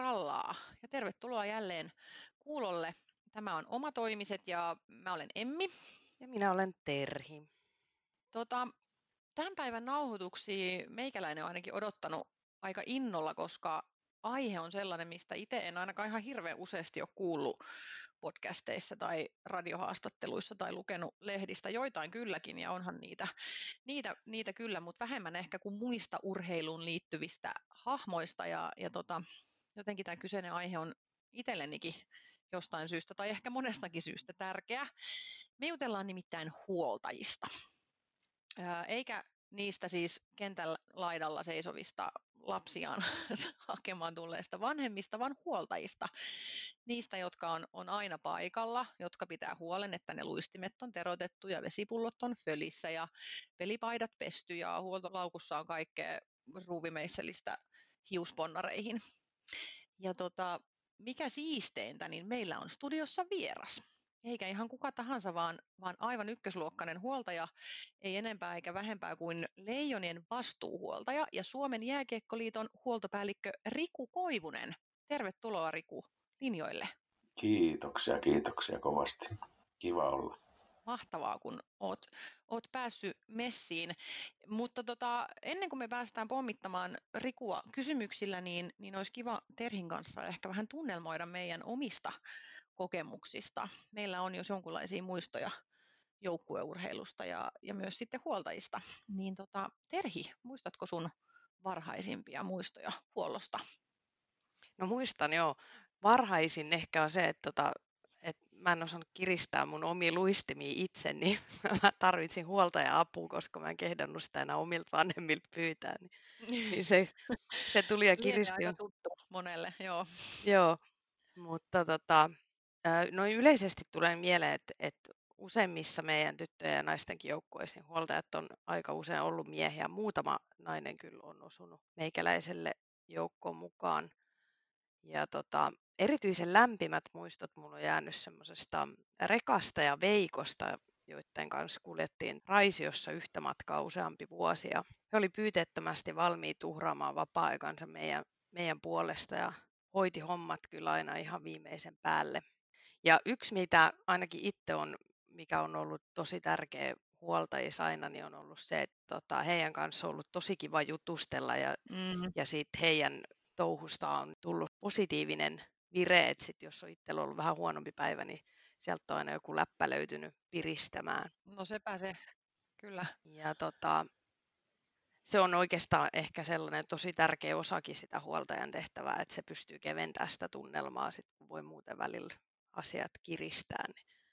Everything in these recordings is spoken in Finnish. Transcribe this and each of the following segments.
parallaa ja tervetuloa jälleen kuulolle. Tämä on Omatoimiset ja mä olen Emmi. Ja minä olen Terhi. Tota, Tämän päivän nauhoituksia meikäläinen on ainakin odottanut aika innolla, koska aihe on sellainen, mistä itse en ainakaan ihan hirveän useasti ole kuullut podcasteissa tai radiohaastatteluissa tai lukenut lehdistä. Joitain kylläkin ja onhan niitä kyllä, mutta vähemmän ehkä kuin muista urheiluun liittyvistä hahmoista. Jotenkin tämä kyseinen aihe on itsellenikin jostain syystä tai ehkä monestakin syystä tärkeä. Me jutellaan nimittäin huoltajista. Eikä niistä siis kentällä laidalla seisovista lapsiaan hakemaan tulleista vanhemmista, vaan huoltajista. Niistä, jotka on aina paikalla, jotka pitää huolen, että ne luistimet on terotettu ja vesipullot on fölissä ja pelipaidat pesty ja huoltolaukussa on kaikkea ruuvimeissellistä hiusponnareihin. Ja mikä siisteintä, niin meillä on studiossa vieras. Eikä ihan kuka tahansa, vaan aivan ykkösluokkainen huoltaja, ei enempää eikä vähempää kuin Leijonien vastuuhuoltaja ja Suomen jääkiekkoliiton huoltopäällikkö Riku Koivunen. Tervetuloa Riku linjoille. Kiitoksia kovasti. Kiva olla. Mahtavaa, kun oot päässyt messiin. Mutta ennen kuin me päästään pommittamaan Rikua kysymyksillä, niin olisi kiva Terhin kanssa ehkä vähän tunnelmoida meidän omista kokemuksista. Meillä on jo jonkinlaisia muistoja joukkueurheilusta ja myös sitten huoltajista. Niin Terhi, muistatko sun varhaisimpia muistoja huollosta? No muistan joo. Varhaisin ehkä on se, että mä en osannut kiristää mun omia luistimia itse, niin mä tarvitsin huoltaja-apua, koska mä en kehdannut sitä enää omilta vanhemmilta pyytää. Niin se tuli ja kiristi. Lienee aika tuttu monelle, joo. Joo, mutta noin yleisesti tulee mieleen, että useimmissa meidän tyttöjen ja naistenkin joukkueissa niin huoltajat on aika usein ollut miehiä. Muutama nainen kyllä on osunut meikäläiselle joukkoon mukaan. Ja erityisen lämpimät muistot mulla on jäänyt semmoisesta Rekasta ja Veikosta, joiden kanssa kuljettiin Raisiossa yhtä matkaa useampi vuosi. Ja he oli pyyteettömästi valmiit uhraamaan vapaa-aikansa meidän puolesta ja hoiti hommat kyllä aina ihan viimeisen päälle. Ja yksi, mitä ainakin itse on, mikä on ollut tosi tärkeä huoltajissa aina, niin on ollut se, että heidän kanssa on ollut tosi kiva jutustella ja sitten heidän touhusta on tullut positiivinen vire, että sit jos on itsellä ollut vähän huonompi päivä, niin sieltä on aina joku läppä löytynyt piristämään. No sepä se, kyllä. Ja se on oikeastaan ehkä sellainen tosi tärkeä osakin sitä huoltajan tehtävää, että se pystyy keventämään sitä tunnelmaa, sit, kun voi muuten välillä asiat kiristää.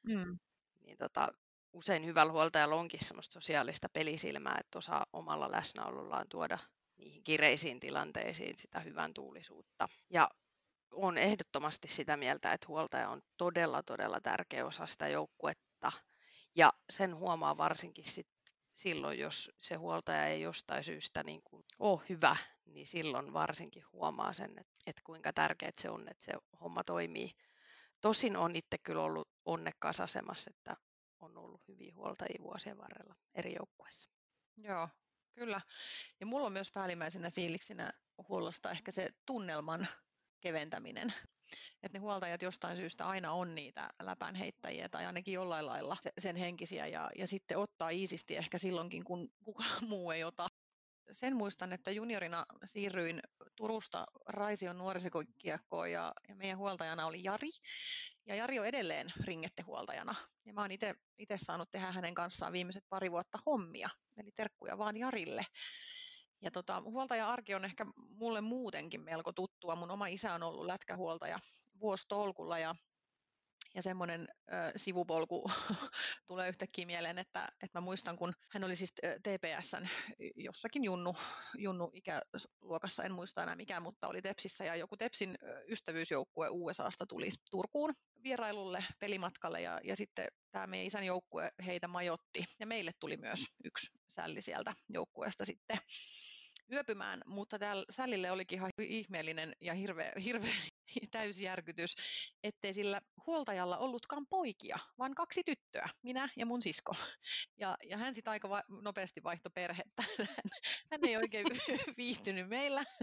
Niin usein hyvällä huoltajalla onkin semmoista sosiaalista pelisilmää, että osaa omalla läsnäolollaan tuoda niihin kireisiin tilanteisiin sitä hyvän tuulisuutta. Ja on ehdottomasti sitä mieltä, että huoltaja on todella, todella tärkeä osa sitä joukkuetta. Ja sen huomaa varsinkin silloin, jos se huoltaja ei jostain syystä niin kuin ole hyvä, niin silloin varsinkin huomaa sen, että kuinka tärkeää se on, että se homma toimii. Tosin on itse kyllä ollut onnekkaassa asemassa, että on ollut hyviä huoltajia vuosien varrella eri joukkueissa. Joo, kyllä. Ja mulla on myös päällimmäisenä fiiliksinä huollosta ehkä se tunnelman keventäminen. Että ne huoltajat jostain syystä aina on niitä läpänheittäjiä tai ainakin jollain lailla sen henkisiä ja sitten ottaa iisisti ehkä silloinkin, kun kukaan muu ei ota. Sen muistan, että juniorina siirryin Turusta Raision nuorisokiekkoon ja meidän huoltajana oli Jari. Ja Jari on edelleen ringettehuoltajana. Ja mä oon itse saanut tehdä hänen kanssaan viimeiset 2 vuotta hommia. Eli terkkuja vaan Jarille. Ja huoltaja-arki on ehkä mulle muutenkin melko tuttua. Mun oma isä on ollut lätkähuoltaja vuositolkulla ja semmoinen sivupolku tulee yhtäkkiä mieleen, että mä muistan, kun hän oli siis TPS:n jossakin junnu ikäluokassa, en muista enää mikä, mutta oli Tepsissä ja joku Tepsin ystävyysjoukkue USAsta tuli Turkuun vierailulle pelimatkalle ja sitten tämä meidän isän joukkue heitä majoitti ja meille tuli myös yksi sälli sieltä joukkueesta sitten yöpymään, mutta täällä sällille olikin ihan ihmeellinen ja hirveä täysjärkytys, ettei sillä huoltajalla ollutkaan poikia, vaan 2 tyttöä, minä ja mun sisko. Ja hän sitten aika nopeasti vaihtoi perhettä. Hän ei oikein viihtynyt meillä,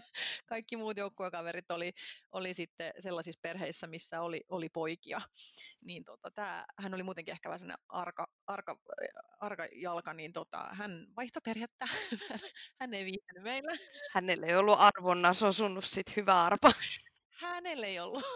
kaikki muut joukkuekaverit oli sitten sellaisissa perheissä, missä oli poikia. Niin hän oli muutenkin ehkä vähän sellainen arka jalka, niin hän vaihtoi perhettä. Hän ei viihtynyt meillä. Hänelle ei ollut arvonnas osunut sit hyvä arpa. Hänelle ei ollut.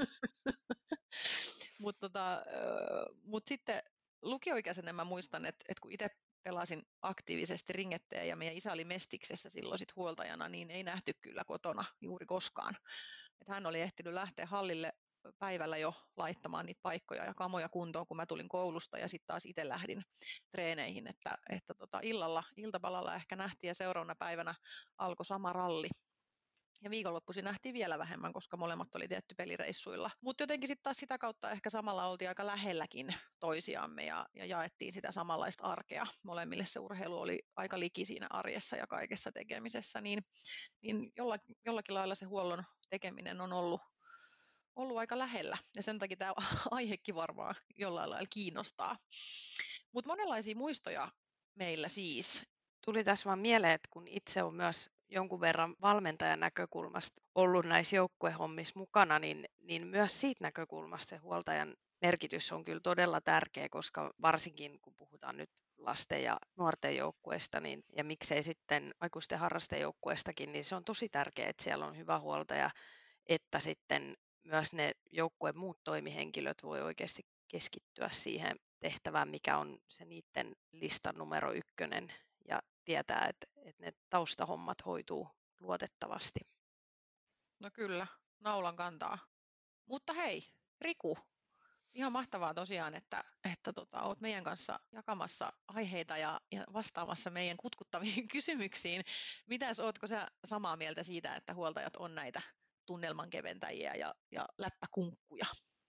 Mutta sitten lukioikäisenä mä muistan, että kun itse pelasin aktiivisesti ringetteen ja meidän isä oli Mestiksessä silloin sit huoltajana, niin ei nähty kyllä kotona juuri koskaan. Et hän oli ehtinyt lähteä hallille päivällä jo laittamaan niitä paikkoja ja kamoja kuntoon, kun mä tulin koulusta ja sitten taas itse lähdin treeneihin, että iltapalalla ehkä nähtiin ja seuraavana päivänä alkoi sama ralli. Ja viikonloppuisin nähtiin vielä vähemmän, koska molemmat oli tietty pelireissuilla. Mutta jotenkin sitten taas sitä kautta ehkä samalla oltiin aika lähelläkin toisiamme ja jaettiin sitä samanlaista arkea. Molemmille se urheilu oli aika liki siinä arjessa ja kaikessa tekemisessä, niin jollakin lailla se huollon tekeminen on ollut aika lähellä. Ja sen takia tämä aihekin varmaan jollain lailla kiinnostaa. Mutta monenlaisia muistoja meillä siis. Tuli tässä vaan mieleen, että kun itse on myös jonkun verran valmentajan näkökulmasta ollut näissä joukkuehommissa mukana, niin myös siitä näkökulmasta se huoltajan merkitys on kyllä todella tärkeä, koska varsinkin kun puhutaan nyt lasten ja nuorten joukkueesta ja miksei sitten aikuisten harrastejoukkueestakin, niin se on tosi tärkeää, että siellä on hyvä huoltaja, että sitten myös ne joukkueen muut toimihenkilöt voi oikeasti keskittyä siihen tehtävään, mikä on se niiden listan numero 1 ja tietää, että ne taustahommat hoituu luotettavasti. No kyllä, naulan kantaa. Mutta hei, Riku, ihan mahtavaa tosiaan, että olet meidän kanssa jakamassa aiheita ja vastaamassa meidän kutkuttaviin kysymyksiin. Ootko sä samaa mieltä siitä, että huoltajat on näitä tunnelman keventäjiä ja läppäkunkkuja?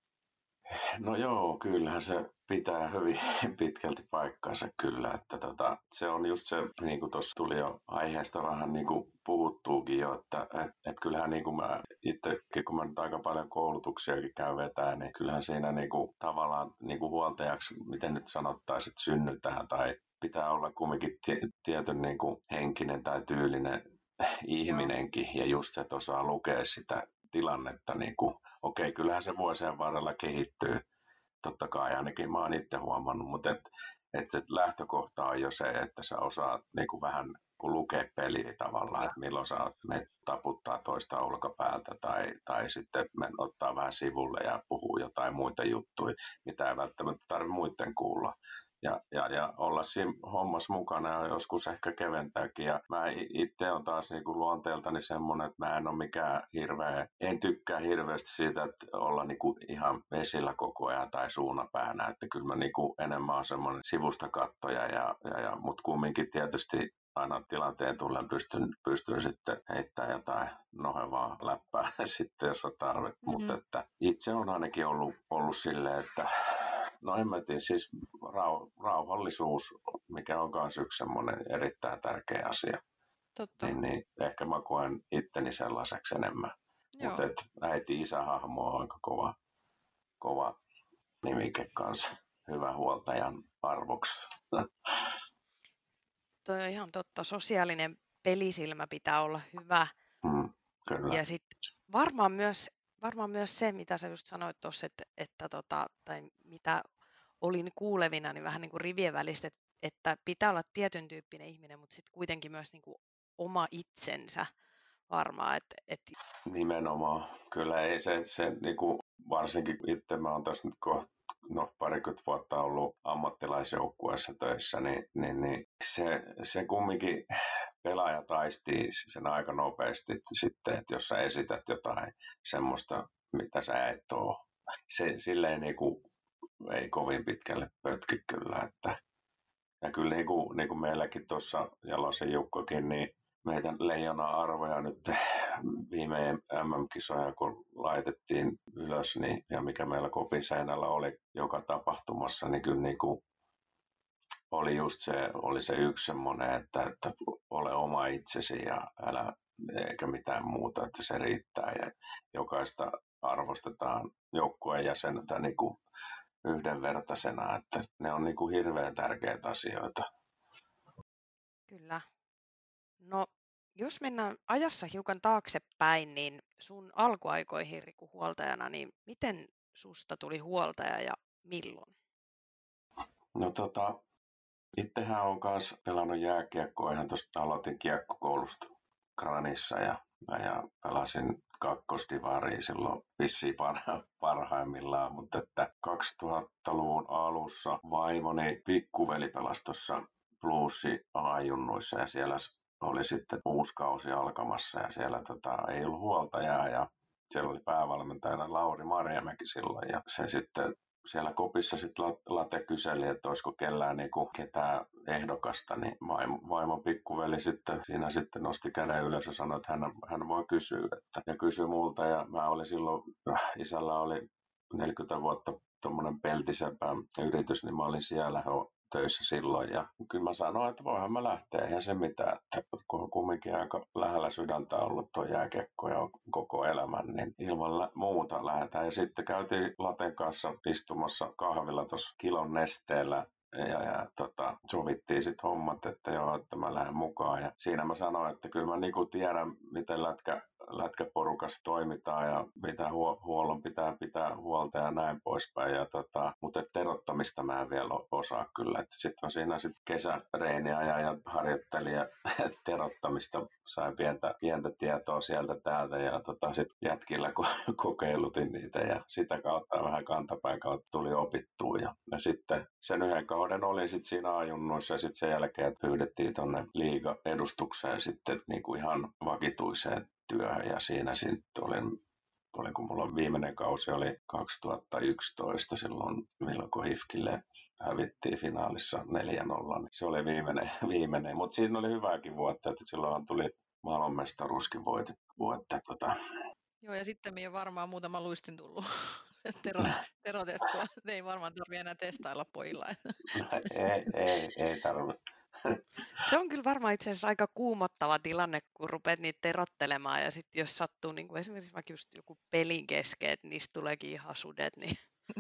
No joo, kyllähän se pitää hyvin pitkälti paikkansa kyllä, että se on just se, niin kuin tuossa tuli jo aiheesta vähän niin kuin puhuttuukin jo, että kyllähän niin kuin mä itsekin, kun mä nyt aika paljon koulutuksiakin käyn vetää, niin kyllähän siinä niin kuin tavallaan niin kuin huoltajaksi, miten nyt sanottaisiin, että synnytään tai pitää olla kumminkin tietyn niin kuin henkinen tai tyylinen ihminenkin ja just se, että osaa lukea sitä tilannetta, niin kuin, okei, kyllähän se vuosien varrella kehittyy, totta kai ainakin mä oon itse huomannut, mutta et se lähtökohta on jo se, että sä osaat niin kuin vähän kun lukea peliä tavallaan, että milloin sä taputtaa toista olkapäältä tai sitten ottaa vähän sivulle ja puhuu jotain muita juttuja, mitä ei välttämättä tarvitse muiden kuulla. Ja olla siinä hommassa mukana ja joskus ehkä keventääkin. Ja mä itse on taas niinku luonteeltani semmoinen, että mä en ole mikään en tykkää hirveästi siitä, että olla niinku ihan vesillä koko ajan tai suunapäänä. Että kyllä mä niinku enemmän on semmoinen sivusta kattoja, mutta kumminkin tietysti aina tilanteen tullen pystyn sitten heittämään jotain nohevaa läppää sitten, jos on tarve. Mm-hmm. Mutta että itse on ainakin ollut silleen, että no en mä tiedä, siis rauhallisuus, mikä on myös yksi semmoinen erittäin tärkeä asia. Totta. Niin ehkä mä koen itteni sellaiseksi enemmän. Mutta äiti-isä-hahmo on aika kova nimike kanssa. Hyvä huoltajan arvoksi. Toi on ihan totta. Sosiaalinen pelisilmä pitää olla hyvä. Kyllä. Ja sitten varmaan myös se, mitä sä just sanoit tuossa, tai mitä olin kuulevina, niin vähän niin kuin rivien välistä, että pitää olla tietyn tyyppinen ihminen, mutta sitten kuitenkin myös niin kuin oma itsensä varmaan. Nimenomaan. Kyllä ei se niin kuin, varsinkin itse mä oon tässä nyt parikymmentä vuotta ollut ammattilaisjoukkueessa töissä, niin se kumminkin pelaaja taistii sen aika nopeasti sitten, että jos sä esität jotain semmoista, mitä sä et ole. Se silleen niin kuin, ei kovin pitkälle pötki kyllä. Ja kyllä niin kuin meilläkin tuossa Jalosen Jukkokin, niin meidän leijona-arvoja nyt viime MM-kisoja, kun laitettiin ylös, niin, ja mikä meillä kopin seinällä oli joka tapahtumassa, niin kyllä niin kuin oli se yksi semmoinen, että ole oma itsesi ja älä eikä mitään muuta, että se riittää. Ja jokaista arvostetaan joukkueen jäsentä niin kuin yhdenvertaisena, että ne on niin kuin hirveän tärkeitä asioita. Kyllä. No Jos mennään ajassa hiukan taaksepäin, niin sun alkuaikoihin, Riku, huoltajana, niin miten susta tuli huoltaja ja milloin? No itsehän on kanssa pelannut jääkiekkoa, ihan tuosta aloitin kiekkokoulusta Granissa ja pelasin kakkosdivaria silloin vissiin parhaimmillaan, mutta että 2000-luvun alussa vaimoni pikkuveli pelasi tuossa Bluesi A-junnuissa ja siellä oli sitten uusi kausi alkamassa ja siellä ei ollut huoltajaa ja siellä oli päävalmentajana Lauri Marjamäki silloin ja se sitten siellä kopissa sitten Late kyseli, että olisiko kellään niinku ketään ehdokasta, niin vaimon pikkuveli siinä sitten nosti käden ylös ja sanoi, että hän voi kysyä. Ja kysyi multa ja mä olin silloin, isällä oli 40 vuotta tuommoinen peltisempää yritys, niin mä olin siellä töissä silloin ja kyllä mä sanoin, että voihan mä lähteä, eihän se mitään, että kun on kumminkin aika lähellä sydäntä ollut tuo jääkiekko ja koko elämän, niin ilman muuta lähdetään. Ja sitten käytiin Laten kanssa istumassa kahvilla tuossa Kilon Nesteellä ja sovittiin sitten hommat, että joo, että mä lähden mukaan. Ja siinä mä sanoin, että kyllä mä niinku tiedän, miten lätkäporukas toimitaan ja mitä huollon pitää huolta ja näin poispäin. Mutta terottamista mä en vielä osaa kyllä. Sitten mä siinä kesäreeniä ja harjoittelin ja terottamista sain pientä tietoa sieltä täältä ja sitten jätkillä kokeilutin niitä ja sitä kautta vähän kantapäin kautta tuli opittua. Ja sitten sen yhden kauden olin sitten siinä ajunnuissa ja sitten sen jälkeen pyydettiin tuonne liiga-edustukseen sitten niinku ihan vakituiseen työhön ja siinä sitten olin kun mulla viimeinen kausi oli 2011 silloin, milloin kun HIFKille hävittiin finaalissa 4-0. Niin se oli viimeinen. Mutta siinä oli hyvääkin vuotta, että silloin tuli maailmanmestaruuskin voitettu. Joo, ja sitten me on varmaan muutama luistin tullut terotettua. Ei varmaan tarvitse enää testailla pojilla. ei tarvitse. Se on kyllä varmaan itse asiassa aika kuumottava tilanne, kun rupeat niitä terottelemaan ja sitten jos sattuu niin kuin esimerkiksi vaikka just joku pelin kesken, että niistä tuleekin ihan sudet, niin...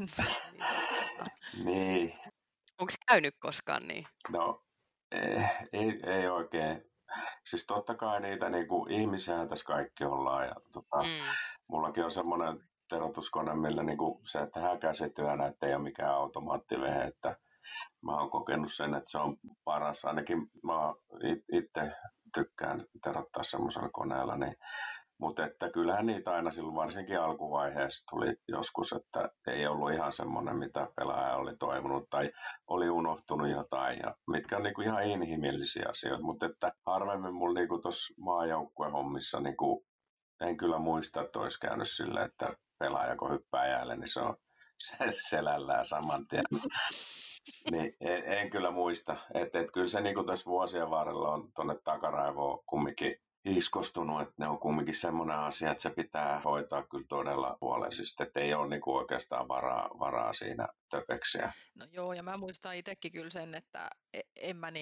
niin. Onko käynyt koskaan niin? No, ei oikein. Siis totta kai niitä niinku ihmisiä tässä kaikki ollaan ja mullakin on semmoinen terotuskone, millä niinku se, että käsityönä, että ei ole mikään automaattivehe, että mä oon kokenut sen, että se on paras. Ainakin mä itse tykkään terottaa semmoisella koneella, mutta että kyllähän niitä aina silloin varsinkin alkuvaiheessa tuli joskus, että ei ollut ihan semmoinen, mitä pelaaja oli toivonut tai oli unohtunut jotain, ja mitkä on niinku ihan inhimillisiä asioita, mutta että harvemmin mulla niinku tuossa maajoukkuehommissa niinku, en kyllä muista, että olisi käynyt silleen, että pelaaja kun hyppää jäälle, niin se on selällään saman tien. Niin, en kyllä muista, että kyllä se niinku tässä vuosien varrella on tuonne takaraivoon kumminkin iskostunut, että ne on kumminkin semmoinen asia, että se pitää hoitaa kyllä todella huolellisesti, että ei ole niinku oikeastaan varaa siinä töpeksiä. No joo, ja mä muistan itsekin kyllä sen, että en mä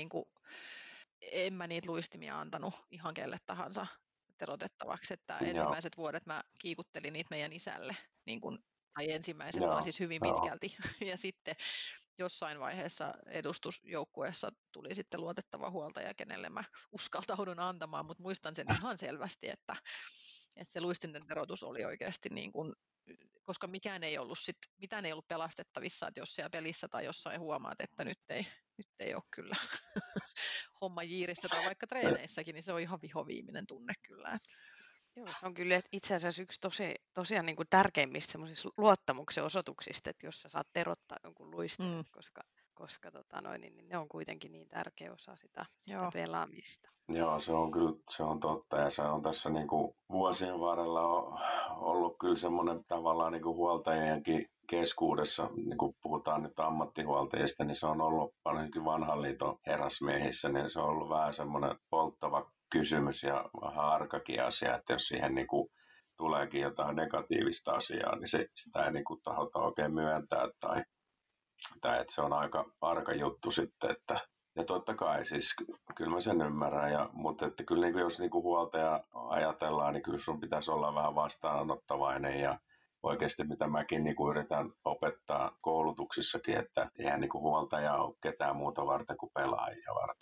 niitä luistimia antanut ihan kelle tahansa terotettavaksi, että ensimmäiset vuodet mä kiikuttelin niitä meidän isälle, niin kun, tai ensimmäiset vaan siis hyvin pitkälti, ja sitten jossain vaiheessa edustusjoukkueessa tuli sitten luotettava huoltaja, kenelle mä uskaltaudun antamaan, mutta muistan sen ihan selvästi, että se luistinten terotus oli oikeasti niin kuin, koska mitään ei ollut pelastettavissa, että jos siellä pelissä tai jossain huomaat, että nyt ei ole kyllä homma jiirissä tai vaikka treeneissäkin, niin se on ihan vihoviiminen tunne kyllä. Joo, se on kyllä itse asiassa yksi tosiaan niin kuin tärkeimmistä semmoisista luottamuksen osoituksista, että jos sä saat terottaa jonkun luistin, koska niin ne on kuitenkin niin tärkeä osa sitä pelaamista. Joo, se on totta ja se on tässä niin kuin vuosien varrella ollut kyllä semmoinen tavallaan niin kuin huoltajienkin keskuudessa, niin kuin puhutaan nyt ammattihuoltajista, niin se on ollut ainakin vanhan liiton herrasmiehissä, niin se on ollut vähän semmoinen polttava kysymys ja vähän arkakin asia, että jos siihen niin kuin tuleekin jotain negatiivista asiaa, niin sitä ei niin kuin tahota oikein myöntää tai että se on aika arka juttu sitten, että ja totta kai siis kyllä mä sen ymmärrän, mutta että kyllä niin kuin, jos niin kuin huoltaja ajatellaan, niin kyllä sun pitäisi olla vähän vastaanottavainen ja oikeasti mitä mäkin niin kuin yritän opettaa koulutuksissakin, että eihän niin kuin huoltaja ole ketään muuta varten kuin pelaajia varten.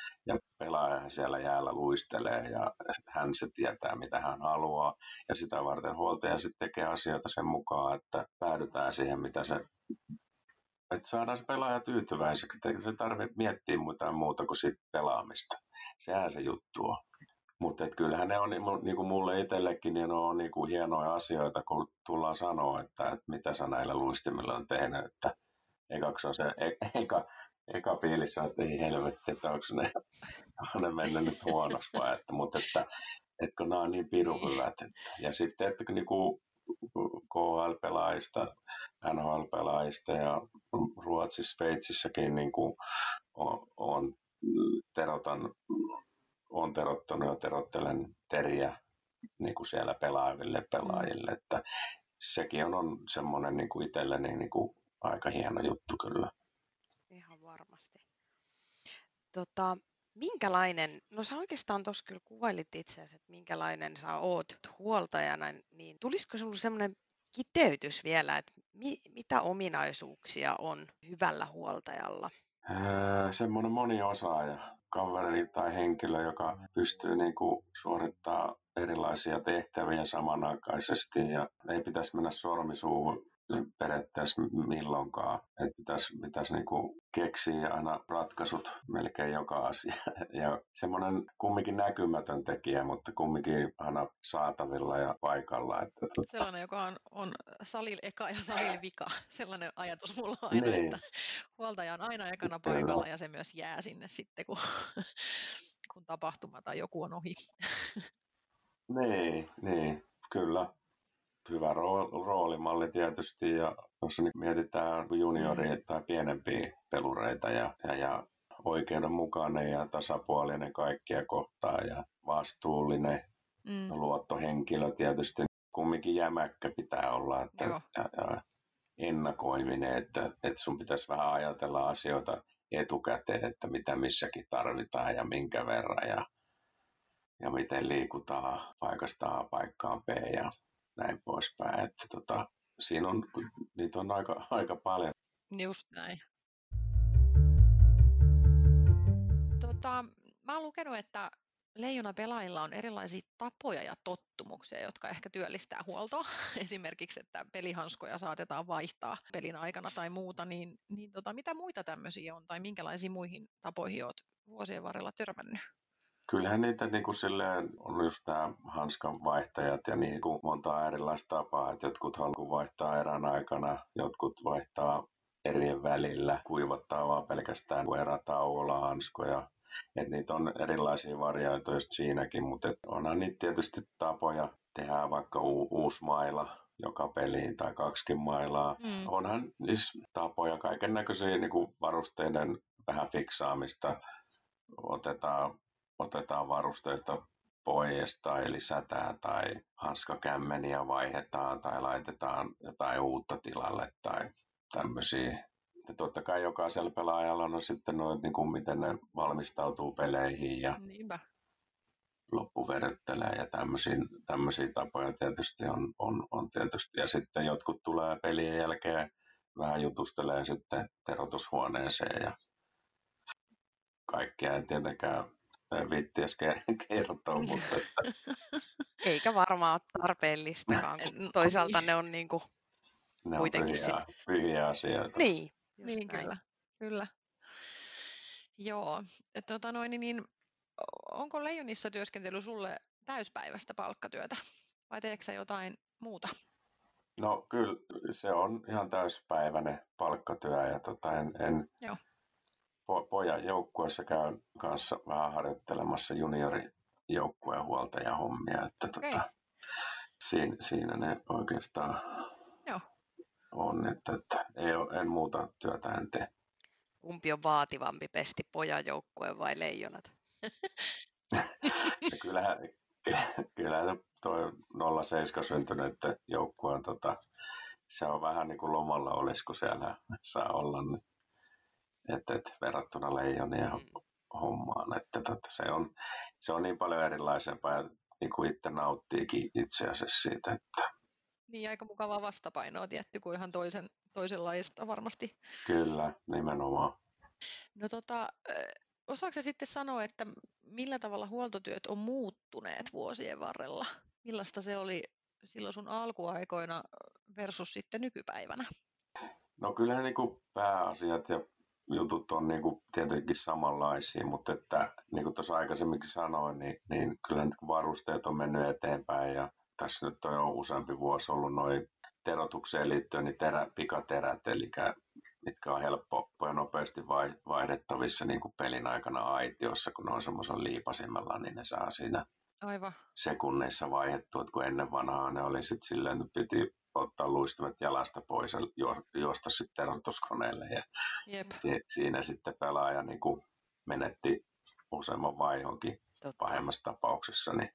ja pelaaja siellä jäällä luistelee ja hän se tietää, mitä hän haluaa. Ja sitä varten huoltaja sitten tekee asioita sen mukaan, että päädytään siihen, mitä se, että saadaan se pelaaja tyytyväiseksi. Että se tarvitse miettiä mitään muuta kuin siitä pelaamista. Sehän se juttu on. Mutta kyllähän ne on niin kuin mulle itsellekin, niin ne on niin kuin hienoja asioita, kun tullaan sanoa, että mitä sä näillä luistimilla on tehnyt. Että ekaksi on se eka fiilis on, että ei helvetti, että onko ne mennyt nyt huonoksi vai. Mutta kun nämä on niin pirun hyvät. Ja sitten, että niin kuin KHL-pelaajista, NHL-pelaajista ja Ruotsissa, Sveitsissäkin niin kuin on terottanut ja terottelen teriä niin kuin siellä pelaajille, että sekin on semmoinen niin kuin itselleni niin kuin aika hieno juttu kyllä. Ihan varmasti. Minkälainen, no sä oikeastaan tuossa kyllä kuvailit itseäsi, että minkälainen sä oot huoltajana, niin tulisiko sinulla semmoinen kiteytys vielä, että mitä ominaisuuksia on hyvällä huoltajalla? Semmoinen moniosaaja, kaveri tai henkilö, joka pystyy niin kuin suorittamaan erilaisia tehtäviä samanaikaisesti ja ei pitäisi mennä sormisuuhun periaatteessa milloinkaan. Että pitäisi niin kuin keksiä aina ratkaisut melkein joka asia. Ja semmoinen kumminkin näkymätön tekijä, mutta kumminkin aina saatavilla ja paikalla. Sellainen, joka on salilla eka ja salilla vika. Sellainen ajatus mulla on aina, Niin. että huoltaja on aina ekana paikalla ja se myös jää sinne sitten, kun tapahtuma tai joku on ohi. Niin, kyllä. Hyvä roolimalli tietysti, ja jos mietitään junioria tai pienempiä pelureita ja oikeudenmukainen ja tasapuolinen kaikkia kohtaan ja vastuullinen luottohenkilö tietysti. Kumminkin jämäkkä pitää olla ja ennakoiminen, että sun pitäisi vähän ajatella asioita etukäteen, että mitä missäkin tarvitaan ja minkä verran ja miten liikutaan paikasta A paikkaan B ja näin poispäin. Että siinä on, niitä on aika paljon. Just näin. Mä oon lukenut, että Leijona-pelaajilla on erilaisia tapoja ja tottumuksia, jotka ehkä työllistää huoltoa. Esimerkiksi, että pelihanskoja saatetaan vaihtaa pelin aikana tai muuta. Niin mitä muita tämmöisiä on tai minkälaisiin muihin tapoihin olet vuosien varrella törmännyt? Kyllähän niitä niin kuin silleen on just nämä hanskan vaihtajat ja niin kuin monta erilaista tapaa, että jotkut vaihtaa erän aikana, jotkut vaihtaa erien välillä, kuivattaa vaan pelkästään erätauolla hanskoja. Että niitä on erilaisia variaatioita just siinäkin, mutta onhan niitä tietysti tapoja tehdä vaikka uusi maila joka peliin tai 2 mailaa. Onhan niissä tapoja, kaiken näköisiä niin kuin varusteiden vähän fiksaamista. Otetaan varusteista pois tai lisätään tai hanskakämmeniä vaihdetaan tai laitetaan jotain uutta tilalle tai tämmöisiä. Ja totta kai jokaisella pelaajalla on sitten noin, niin kuin miten ne valmistautuu peleihin ja loppuverryttelee ja tämmöisiä tapoja tietysti on tietysti. Ja sitten jotkut tulee pelien jälkeen vähän jutustelee sitten terotushuoneeseen ja kaikkea ei tietenkään viittiäs kertoa, mutta Eikä varmaan ole tarpeellistakaan, kun toisaalta ne on niinku ne kuitenkin on pyhiä asioita. Niin, kyllä. Joo, onko Leijonissa työskentely sulle täyspäiväistä palkkatyötä vai teetkö sä jotain muuta? No kyllä se on ihan täyspäiväinen palkkatyö ja Joo. Pojan joukkueessa käyn kanssa vähän harjoittelemassa juniorijoukkueen huoltajahommia, että siinä ne oikeastaan on, että en muuta työtä en tee. Kumpi on vaativampi, pesti pojan joukkue vai Leijonat? Kyllähän tuo 07 syntyneiden joukkue on, se on vähän niin kuin lomalla olisi, kun siellä saa olla. Että verrattuna Leijonien hommaan, että se on niin paljon erilaisempaa ja niin kuin itse nauttiikin itse asiassa siitä. Että Niin aika mukavaa vastapainoa tietty kuin ihan toisenlaista varmasti. Kyllä, nimenomaan. No Osaatko sä sitten sanoa, että millä tavalla huoltotyöt on muuttuneet vuosien varrella? Millaista se oli silloin sun alkuaikoina versus sitten nykypäivänä? No kyllähän niin kuin pääasiat ja jutut on niin kuin tietenkin samanlaisia, mutta että niin kuin tuossa aikaisemminkin sanoin, niin kyllä nyt varusteet on mennyt eteenpäin ja tässä nyt on jo useampi vuosi ollut noin terotukseen liittyen niin pikaterät, eli mitkä on helppo ja nopeasti vaihdettavissa niin kuin pelin aikana aitiossa, kun ne on semmoisella liipasimella, niin ne saa siinä Aivan. sekunneissa vaihdettua, että kun ennen vanhaa ne oli sitten silleen, että piti ottaa luistimet jalasta pois ja juosta sitten terotuskoneelle. Ja Jep. siinä sitten pelaaja niin kuin menetti useamman vaihonkin pahemmassa tapauksessa. Niin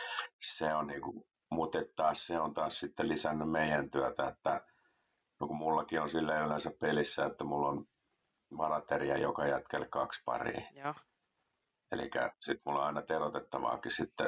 se on niin kuin, mutta taas se on taas sitten lisännyt meidän työtä, että no kun mullakin on silleen yleensä pelissä, että mulla on varateria joka jätkelle 2 paria. Joo. Eli sitten mulla on aina terotettavaakin sitten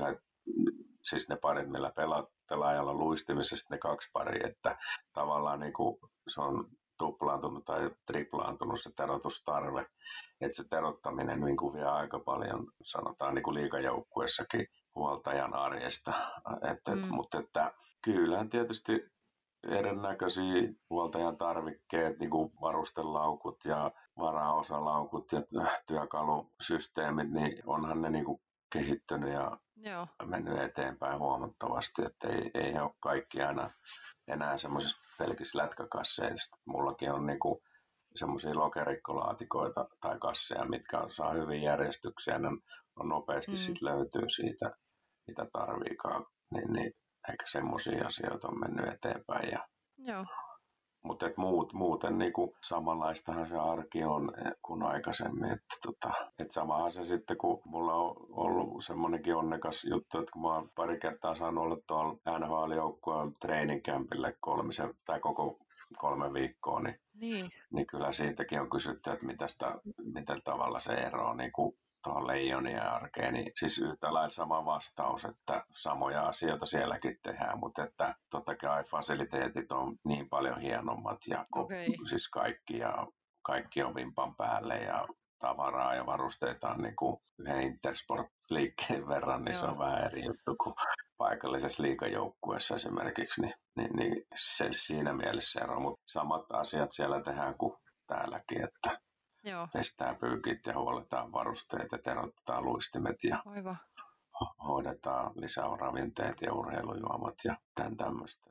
siis ne parit, millä pelaajalla on luistimissa, sitten ne 2 paria, että tavallaan niin kuin se on tuplaantunut tai triplaantunut se terotustarve, että se terottaminen niin kuin vie aika paljon, sanotaan niin kuin liigajoukkuessakin huoltajan arjesta, mutta että kyllähän tietysti erinäköisiä huoltajan tarvikkeet, niin kuin varustelaukut ja varaosalaukut ja työkalusysteemit, niin onhan ne niin kuin kehittynyt ja mennyt eteenpäin huomattavasti, että ei ole kaikki aina enää semmoisissa pelkissä lätkäkasseissa. Mullakin on niin kuin semmoisia lokerikolaatikoita tai kasseja, mitkä saa hyvin järjestyksiä, ne on nopeasti sit löytyy siitä, mitä tarviikaan, niin eikä semmoisia asioita on mennyt eteenpäin. Joo. Mutta muuten niinku samanlaistahan se arki on kuin aikaisemmin. Et samahan se sitten, kun mulla on ollut semmoinenkin onnekas juttu, että kun mä oon pari kertaa saanut olla tuolla NHL-joukkueen training campille koko 3 viikkoa, niin kyllä siitäkin on kysytty, että miten tavalla se ero on niinku tuohon leijonien arkeen, niin siis yhtä lailla sama vastaus, että samoja asioita sielläkin tehdään, mutta että totta kai fasiliteetit on niin paljon hienommat ja siis kaikki on vimpan päälle ja tavaraa ja varusteita on niin kuin yhden Intersport-liikkeen verran, niin se on vähän eri juttu kuin paikallisessa liigajoukkueessa esimerkiksi, niin se siinä mielessä ero, mutta samat asiat siellä tehdään kuin täälläkin, että pestään pyykit ja huoletaan varusteet ja terotetaan luistimet ja hoidetaan lisäravinteet ja urheilujuomat ja tämän tämmöistä.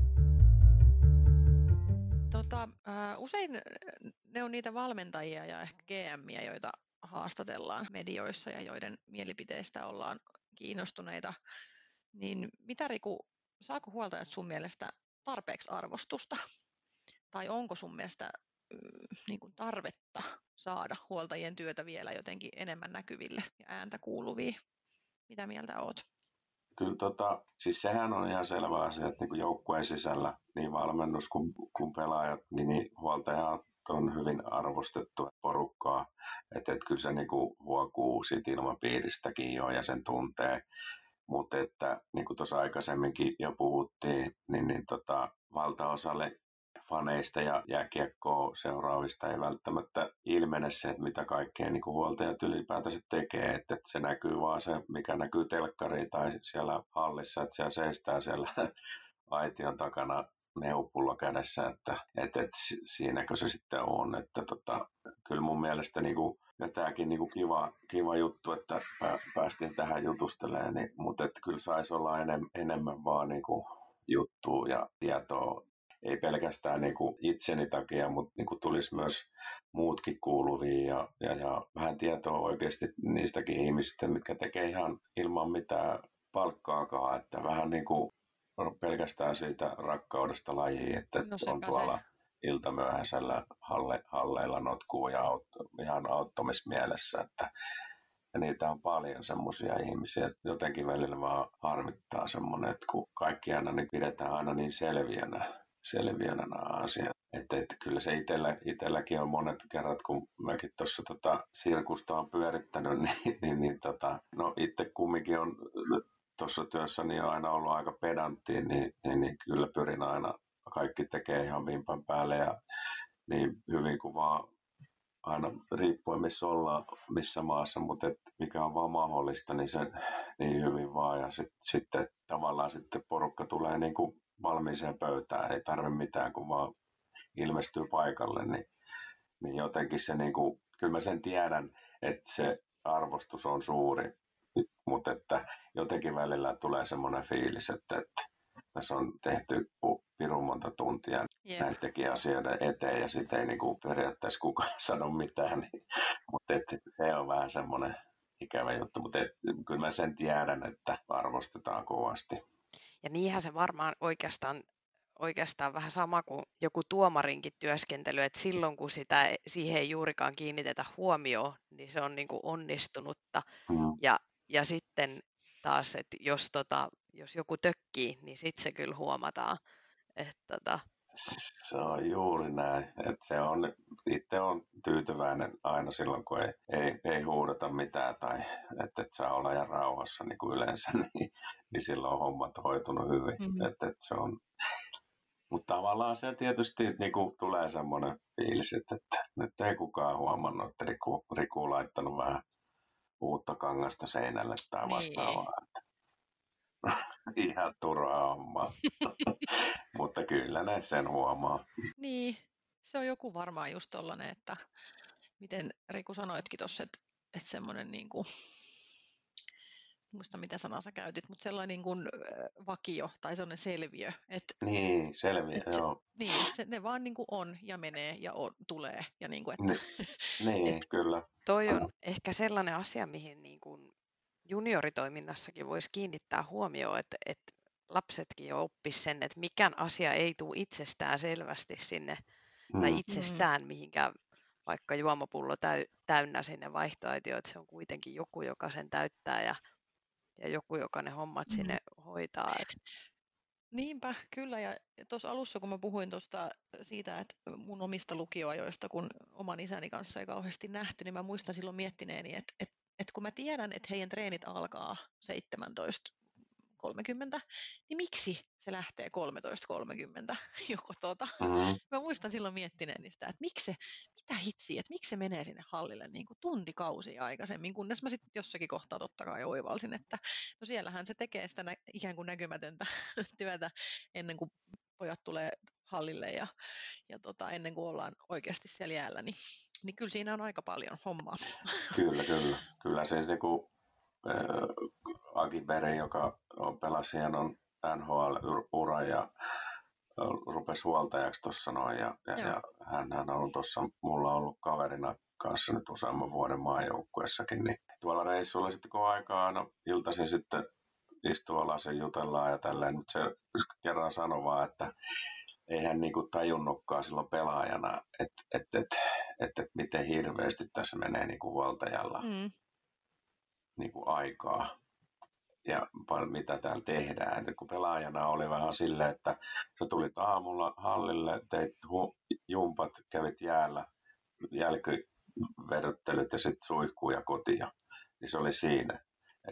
Usein ne on niitä valmentajia ja ehkä GM:iä, joita haastatellaan medioissa ja joiden mielipiteistä ollaan kiinnostuneita. Niin mitä, Riku, saako huoltajat sun mielestä tarpeeksi arvostusta? Tai onko sun mielestä niin kuin tarvetta saada huoltajien työtä vielä jotenkin enemmän näkyville ja ääntä kuuluviin? Mitä mieltä oot? Kyllä siis sehän on ihan selvä asia, että niin kuin joukkueen sisällä niin valmennus kuin pelaajat, niin huoltajat on hyvin arvostettu porukkaa. Että kyllä se niin kuin huokuu siitä ilmapiiristäkin jo ja sen tuntee. Mutta että niin kuin tuossa aikaisemminkin jo puhuttiin, niin valtaosalle faneista ja jääkiekkoa seuraavista ei välttämättä ilmene se, että mitä kaikkea niin kuin huoltajat ylipäätänsä tekee. Että se näkyy vaan se, mikä näkyy telkkariin tai siellä hallissa, että siellä seistää siellä aition takana neupullo kädessä, että siinäkö se sitten on. Että kyllä mun mielestä niin kuin, ja tämäkin niin kuin kiva juttu, että päästiin tähän jutustelemaan, mutta että kyllä saisi olla enemmän vaan niin kuin juttua ja tietoa. Ei pelkästään niin kuin itseni takia, mutta niin kuin tulisi myös muutkin kuuluviin ja vähän tietoa oikeasti niistäkin ihmisistä, mitkä tekee ihan ilman mitään palkkaakaan, että vähän niin kuin pelkästään siitä rakkaudesta lajiin, että on tuolla iltamyöhäisellä halleilla notkuu ja ihan auttamismielessä, että ja niitä on paljon semmoisia ihmisiä, että jotenkin välillä vaan harmittaa semmoinen, että kun kaikki aina niin pidetään aina niin selviönä nämä asiat. Että kyllä se itselläkin on monet kerrat, kun mäkin tuossa sirkusta on pyörittänyt, no itse kumminkin on tuossa työssäni on aina ollut aika pedantti, niin kyllä pyrin aina, kaikki tekee ihan vimpan päälle ja niin hyvin kuin vaan aina riippuen missä ollaan, missä maassa, mutta mikä on vaan mahdollista, niin se niin hyvin vaan. Ja sitten tavallaan sitten porukka tulee niin kuin valmiiseen pöytään, ei tarvitse mitään, kun vaan ilmestyy paikalle, niin jotenkin se, niin kuin, kyllä mä sen tiedän, että se arvostus on suuri, mutta että jotenkin välillä tulee semmoinen fiilis, että tässä on tehty pirun monta tuntia näidenkin asioiden eteen ja sitten ei niin kuin periaatteessa kukaan sano mitään, mutta se on vähän semmoinen ikävä juttu, mutta kyllä mä sen tiedän, että arvostetaan kovasti. Ja niinhän se varmaan oikeastaan vähän sama kuin joku tuomarinkin työskentely, että silloin kun siihen ei juurikaan kiinnitetä huomioon, niin se on niin kuin onnistunutta. Ja sitten taas, että jos joku tökkii, niin sitten se kyllä huomataan. Se on juuri näin. Että itse on tyytyväinen aina silloin, kun ei huudata mitään tai että saa olla ihan rauhassa niin kuin yleensä, niin silloin on hommat hoitunut hyvin. Mm-hmm. Se on. Mutta tavallaan se tietysti niin kuin tulee semmoinen fiilis, että nyt ei kukaan huomannut, että Riku on laittanut vähän uutta kangasta seinälle tai vastaavaa. Ihan turhaa hommaa. Mutta kyllä ne sen huomaa. Niin, se on joku varmaan just tollainen, että miten Riku sanoitkin tuossa, että semmoinen niin kuin, muista mitä sanaa sä käytit, mutta sellainen niin kuin vakio tai sellainen selviö. Niin, selviö, joo. Niin, ne vaan niin kuin on ja menee ja tulee. Ja niin kuin, että, niin, kyllä. Toi on ehkä sellainen asia, mihin niin kuin junioritoiminnassakin voisi kiinnittää huomioon, että lapsetkin jo oppisivat sen, että mikään asia ei tule itsestään selvästi sinne tai itsestään mihinkään vaikka juomapullo täynnä sinne vaihtoaitioon, että se on kuitenkin joku, joka sen täyttää ja joku, joka ne hommat sinne hoitaa. Niinpä, kyllä. Ja tuossa alussa, kun mä puhuin siitä, että mun omista lukioajoista, kun oman isäni kanssa ei kauheasti nähty, niin mä muistan silloin miettineeni, että kun mä tiedän, että heidän treenit alkaa 17:30, niin miksi se lähtee 13:30 joko Mä muistan silloin miettineeni sitä, että mitä hitsiä, että miksi se menee sinne hallille niin kuin tuntikausia aikaisemmin, kunnes mä sitten jossakin kohtaa totta kai oivalsin, että no siellähän se tekee sitä ikään kuin näkymätöntä työtä ennen kuin pojat tulee hallille ja ennen kuin ollaan oikeasti siellä jäällä, niin kyllä siinä on aika paljon hommaa. Kyllä se niinku Aki Beri, joka pelasi hienon NHL-uran ja rupesi huoltajaksi tuossa noin. Ja hän on tuossa, mulla on ollut kaverina kanssa nyt useamman vuoden maajoukkuessakin. Niin tuolla reissulla sitten kun aikaa aina iltaisin sitten istuu alas ja jutellaan ja tälleen. Mutta se kerran sanoi vaan, että ei hän niinku tajunnutkaan silloin pelaajana, että miten hirveästi tässä menee niinku huoltajalla niinku aikaa. Ja mitä täällä tehdään. Ja kun pelaajana oli vähän silleen, että sä tulit aamulla hallille, teit jumpat, kävit jäällä, jälkiverryttelyt ja sitten suihkuu ja kotia. Niin se oli siinä.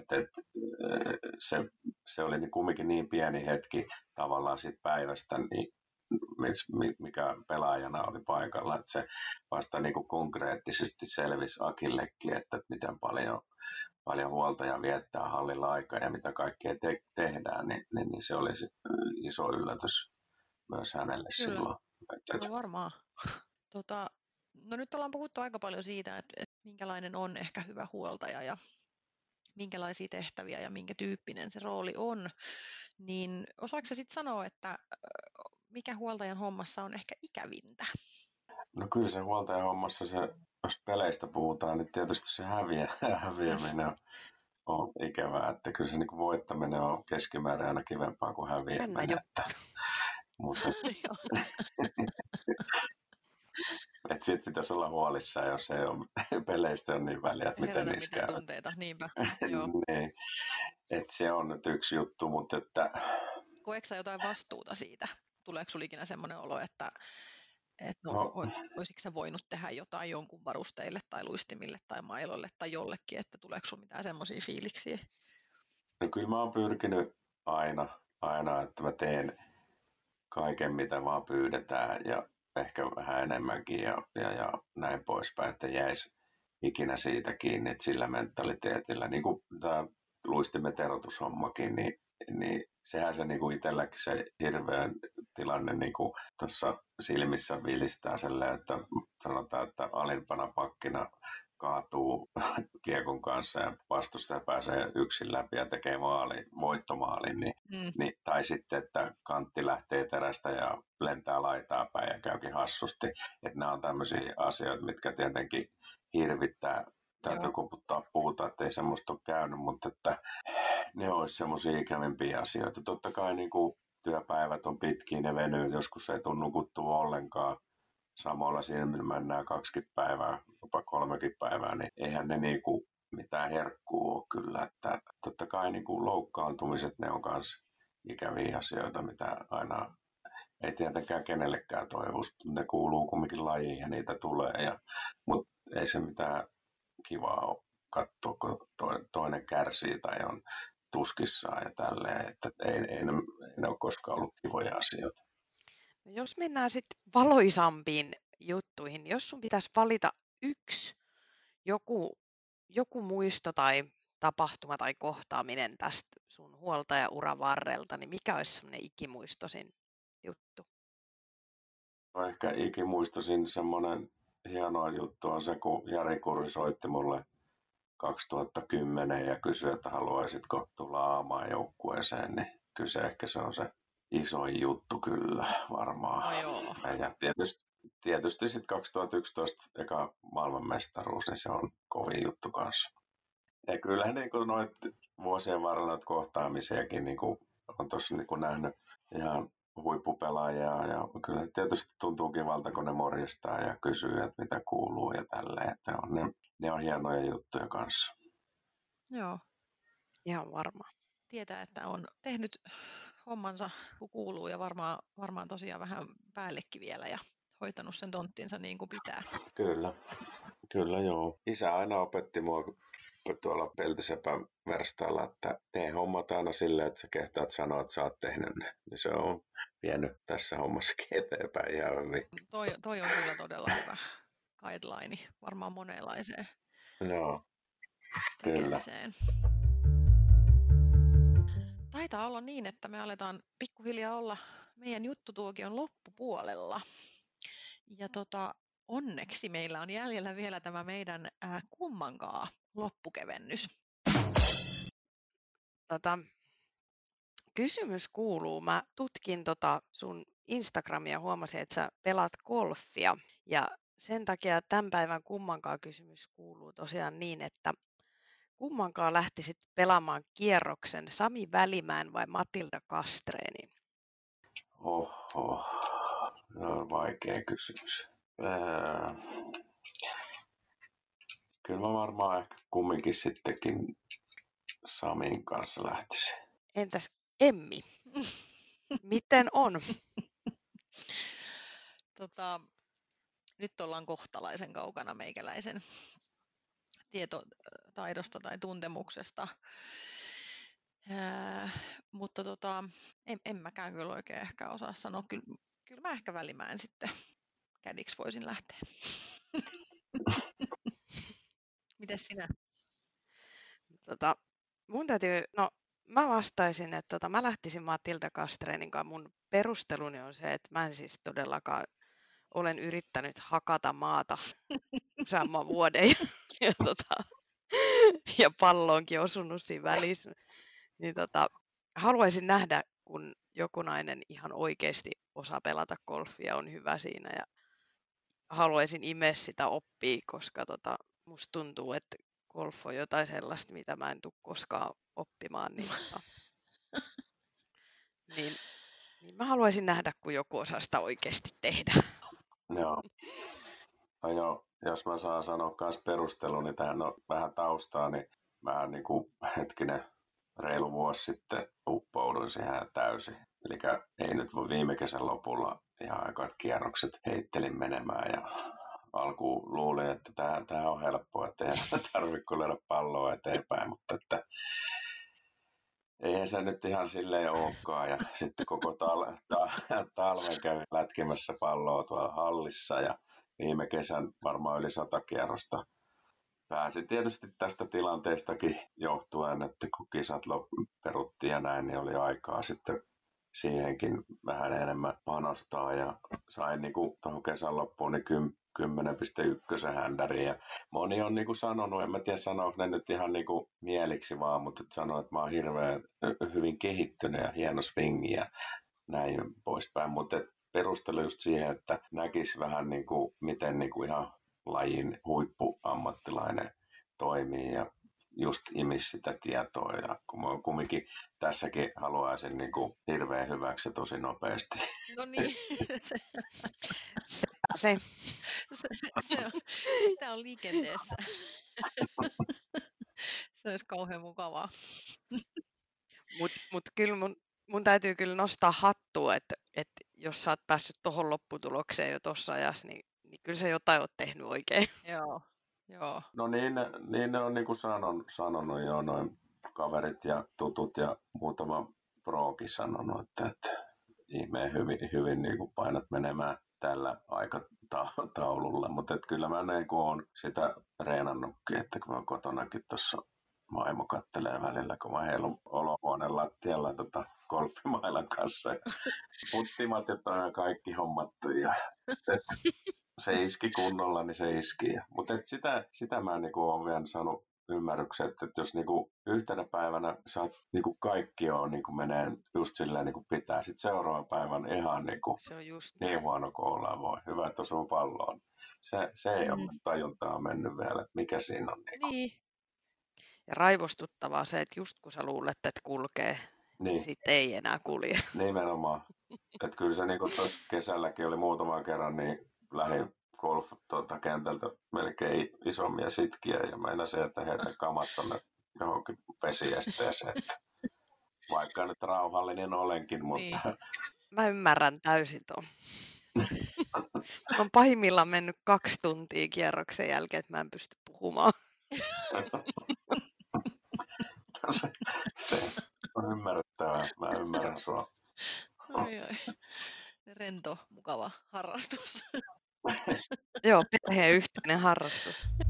Se oli niin kumminkin niin pieni hetki tavallaan siitä päivästä, niin, mikä pelaajana oli paikalla. Että se vasta niin kuin konkreettisesti selvisi Akillekin, että miten paljon huoltaja viettää hallilla aikaa ja mitä kaikkea tehdään, niin se oli iso yllätys myös hänelle silloin. No varmaan. No nyt ollaan puhuttu aika paljon siitä, että minkälainen on ehkä hyvä huoltaja ja minkälaisia tehtäviä ja minkä tyyppinen se rooli on, niin osaatko sä sitten sanoa, että mikä huoltajan hommassa on ehkä ikävintä? No kyllä se huoltajan hommassa, jos peleistä puhutaan, niin tietysti se häviäminen on ikävää, että kyllä se niin kuin voittaminen on keskimäärin aina kivempaa kuin häviäminen. Mutta että siitä pitäisi olla huolissaan, jos ei ole peleistä on niin väliä, että miten niissä käy. Tunteita, niinpä. Joo. Niin. Että se on nyt yksi juttu, mutta että koetko sä jotain vastuuta siitä? Tuleeko sinulla ikinä semmoinen olo, että olisitko sä voinut tehdä jotain jonkun varusteille tai luistimille tai mailoille tai jollekin, että tuleeko sinulla mitään semmoisia fiiliksiä? No kyllä mä oon pyrkinyt aina, että mä teen kaiken mitä vaan pyydetään ja ehkä vähän enemmänkin ja näin poispäin, että jäisi ikinä siitä kiinni, että sillä mentaliteetillä, niin kuin tämä luistimen teroitushommakin, niin sehän se niin kuin itselläkin se hirveän tilanne niin kuin tuossa silmissä vilistää silleen, että sanotaan, että alimpana pakkina kaatuu kiekon kanssa ja vastustaja pääsee yksin läpi ja tekee voittomaalin, tai sitten, että kantti lähtee terästä ja lentää laitaa päin ja käykin hassusti. Että nämä on tämmöisiä asioita, mitkä tietenkin hirvittää. Täytyy puhuta, että ei semmoista ole käynyt, mutta että ne olisi semmoisia ikävimpiä asioita. Totta kai niin kuin työpäivät on pitkiä, ne venyy, joskus ei tule nukuttua ollenkaan. Samoilla silmillä mennään 20 päivää, jopa 30 päivää, niin eihän ne niinku mitään herkkuu ole kyllä. Että totta kai niinku loukkaantumiset, ne on myös ikäviä asioita, mitä aina ei tietenkään kenellekään toivoisi. Ne kuuluu kumminkin lajiin ja niitä tulee. Mutta ei se mitään kivaa ole katsoa, kun toinen kärsii tai on tuskissaan ja tälleen. Että ei ne ole koskaan ollut kivoja asioita. Jos mennään sitten valoisampiin juttuihin, jos sun pitäisi valita yksi joku muisto tai tapahtuma tai kohtaaminen tästä sun huoltajauran varrelta, niin mikä olisi semmoinen ikimuistoisin juttu? No ehkä ikimuistoisin semmoinen hieno juttu on se, kun Jari Kurri soitti mulle 2010 ja kysyi, että haluaisitko tulla Aamaan joukkueeseen, niin kyllä ehkä se on se isoin juttu kyllä varmaan. Joo. Ja tietysti sitten 2011 eka maailmanmestaruus, niin se on kovin juttu kanssa. Ja kyllähän niin noit vuosien varrella noita kohtaamisiakin niin on tuossa niin nähnyt ihan huippupelaajia. Ja kyllä se tietysti tuntuu kivalta, kun ne morjestaa ja kysyy, että mitä kuuluu ja tälleen. Että ne on hienoja juttuja kanssa. Joo. Ihan varmaan. Tietää, että on tehnyt hommansa kun kuuluu ja varmaan tosiaan vähän päällekin vielä ja hoitanut sen tonttinsa niin kuin pitää. Kyllä joo. Isä aina opetti mua tuolla Peltisepän verstaalla, että tee hommat aina silleen, että sä kehtaat sanoa, että sä oot tehnyt ne. Niin se on vienyt tässä hommassakin eteenpäin ihan hyvin. Toi on kyllä todella hyvä guideline varmaan monenlaiseen tekemiseen. Taitaa olla niin, että me aletaan pikkuhiljaa olla meidän juttutuokion loppupuolella. Ja onneksi meillä on jäljellä vielä tämä meidän kummankaan loppukevennys. Kysymys kuuluu, mä tutkin sun Instagramia ja huomasin, että sä pelaat golfia. Ja sen takia tämän päivän kummankaan kysymys kuuluu tosiaan niin, että kummankaan lähtisit pelaamaan kierroksen, Sami Välimäen vai Matilda Castreenin? Oho, se on vaikea kysymys. Kyllä mä varmaan ehkä kumminkin sittenkin Samin kanssa lähtisin. Entäs Emmi? Miten on? Nyt ollaan kohtalaisen kaukana meikäläisen tietotaidosta tai tuntemuksesta. Mutta en mäkään kyllä oikein ehkä osaa sanoa. Kyllä mä ehkä Välimäen sitten kädiksi voisin lähteä. Mites sinä? Mun täytyy, mä vastaisin, että mä lähtisin Matilda Castreenin kanssa. Mun perusteluni on se, että mä en siis todellakaan olen yrittänyt hakata maata useamman vuoden ja pallo onkin osunut siinä välissä. Niin haluaisin nähdä, kun joku nainen ihan oikeasti osaa pelata golfia, on hyvä siinä ja haluaisin imeä sitä oppia, koska musta tuntuu, että golf on jotain sellaista, mitä mä en tule koskaan oppimaan. Niin mä haluaisin nähdä, kun joku osaa sitä oikeasti tehdä. Joo. No joo, jos mä saan sanoa myös perusteluni tähän vähän taustaa, niin mä reilu vuosi sitten uppouduin siihen täysin. Eli ei nyt voi viime kesän lopulla ihan aikaat kierrokset heittelin menemään ja alkuun luulin, että tämä on helppoa, että ei tarvitse löydä palloa eteenpäin, mutta että eihän se nyt ihan silleen olekaan. Ja sitten koko talven kävin lätkimässä palloa tuolla hallissa ja viime kesän varmaan yli 100 kierrosta. Pääsin tietysti tästä tilanteestakin johtuen, että kun kisat peruttiin ja näin, niin oli aikaa sitten siihenkin vähän enemmän panostaa ja sain niinku tuohon kesän loppuun niin 10,1 händäriä. Ja moni on niinku sanonut, en mä tiedä sanoiko ne nyt ihan niinku mieliksi vaan, mutta sanoo, että mä oon hirveän hyvin kehittynyt ja hieno swingi ja näin poispäin. Mutta perustelu just siihen, että näkisi vähän niinku, miten niinku ihan lajin huippuammattilainen toimii ja just imisi sitä tietoa. Ja kun mä kumminkin tässäkin haluaisin niin kuin hirveän hyväksi tosi nopeasti. No niin, Se. tämä on liikenteessä. Se olisi kauhean mukavaa. Mut kyllä mun täytyy kyllä nostaa hattua, että jos sä oot päässyt tohon lopputulokseen jo tossa ajassa, niin kyllä sä jotain oot tehnyt oikein. Joo. No niin ne on niin kuin sanonut jo noin kaverit ja tutut ja muutama prokin sanonut, että ihmeen hyvin niin kuin painat menemään tällä aikataululla, mutta kyllä mä niin kuin olen sitä reenannutkin, että kun mä kotonakin tuossa vaimo kattelee välillä, kun mä heilun olohuoneen lattialla golfimailan kanssa ja puttimat ja kaikki hommattu ja se iski kunnolla, niin se iski. Mutta sitä mä niinku olen vielä saanut ymmärryksen, että jos niinku yhtenä päivänä saat niinku kaikki on niinku menee just silleen niinku pitää. Sitten seuraavan päivän ihan niinku Se on just niin huono kuin ollaan voi. Hyvä, että osuu palloon. Se ei ole tajuntaa mennyt vielä, että mikä siinä on. Niinku. Niin. Ja raivostuttavaa se, että just kun sä luulet, että kulkee, niin sitten ei enää kulje. Nimenomaan. Että kyllä se niinku tuossa kesälläkin oli muutaman kerran, niin lähdin golf-kentältä melkein isommia sitkiä ja meinasin, että heitä kamat tonne johonkin vesiesteeseen. Että vaikka nyt rauhallinen olenkin, mutta... Niin. Mä ymmärrän täysin tuon. Mä oon pahimmillaan mennyt 2 tuntia kierroksen jälkeen, että mä en pysty puhumaan. Se on ymmärrettävää. Mä ymmärrän sua. Oi. Rento, mukava harrastus. Joo, perheen yhteinen harrastus.